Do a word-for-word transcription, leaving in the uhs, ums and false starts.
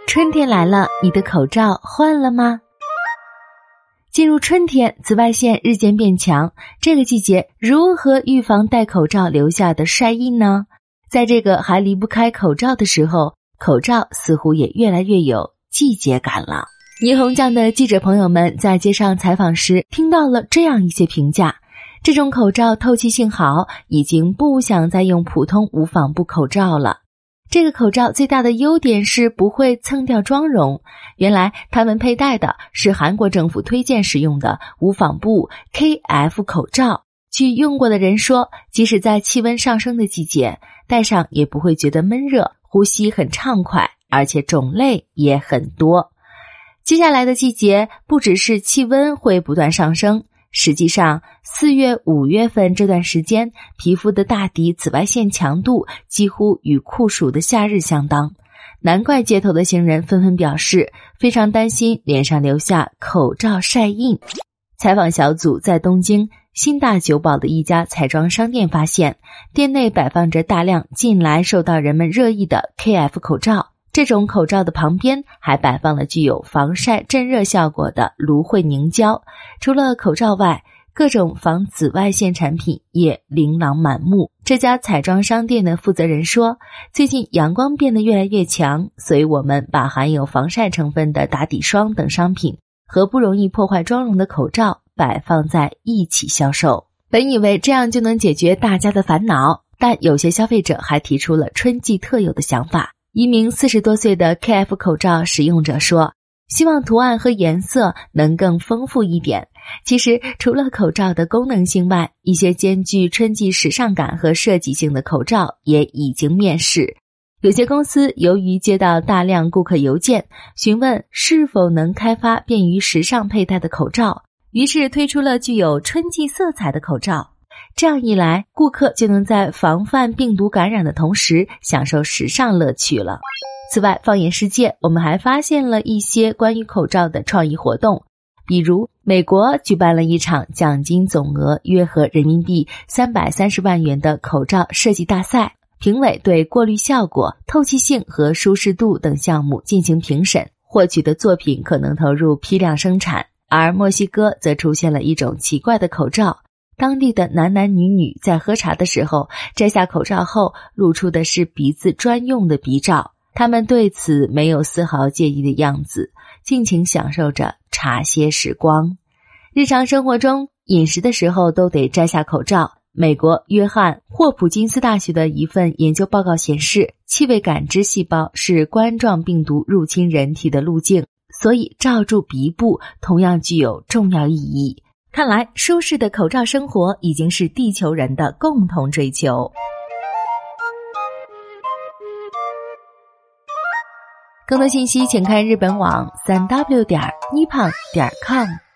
春天来了，你的口罩换了吗？进入春天，紫外线日渐变强，这个季节如何预防戴口罩留下的晒印呢？在这个还离不开口罩的时候，口罩似乎也越来越有季节感了。霓虹酱的记者朋友们在街上采访时听到了这样一些评价，这种口罩透气性好，已经不想再用普通无纺布口罩了。这个口罩最大的优点是不会蹭掉妆容，原来他们佩戴的是韩国政府推荐使用的无纺布 K F 口罩。据用过的人说，即使在气温上升的季节，戴上也不会觉得闷热，呼吸很畅快，而且种类也很多。接下来的季节不只是气温会不断上升，实际上四月五月份这段时间，皮肤的大底紫外线强度几乎与酷暑的夏日相当，难怪街头的行人纷纷表示非常担心脸上留下口罩晒印。采访小组在东京新大久保的一家彩妆商店发现，店内摆放着大量近来受到人们热议的 K F 口罩，这种口罩的旁边还摆放了具有防晒镇热效果的芦荟凝胶。除了口罩外，各种防紫外线产品也琳琅满目。这家彩妆商店的负责人说，最近阳光变得越来越强，所以我们把含有防晒成分的打底霜等商品和不容易破坏妆容的口罩摆放在一起销售。本以为这样就能解决大家的烦恼，但有些消费者还提出了春季特有的想法。一名四十多岁的 K F 口罩使用者说，希望图案和颜色能更丰富一点。其实除了口罩的功能性外，一些兼具春季时尚感和设计性的口罩也已经面世。有些公司由于接到大量顾客邮件，询问是否能开发便于时尚佩戴的口罩，于是推出了具有春季色彩的口罩。这样一来，顾客就能在防范病毒感染的同时享受时尚乐趣了。此外，放眼世界，我们还发现了一些关于口罩的创意活动。比如美国举办了一场奖金总额约合人民币三百三十万元的口罩设计大赛，评委对过滤效果、透气性和舒适度等项目进行评审，获取的作品可能投入批量生产。而墨西哥则出现了一种奇怪的口罩，当地的男男女女在喝茶的时候摘下口罩后露出的是鼻子专用的鼻罩，他们对此没有丝毫介意的样子，尽情享受着茶歇时光。日常生活中饮食的时候都得摘下口罩。美国约翰霍普金斯大学的一份研究报告显示，气味感知细胞是冠状病毒入侵人体的路径，所以罩住鼻部同样具有重要意义。看来舒适的口罩生活已经是地球人的共同追求。更多信息请看日本网 三 w 点 nippon 点 com。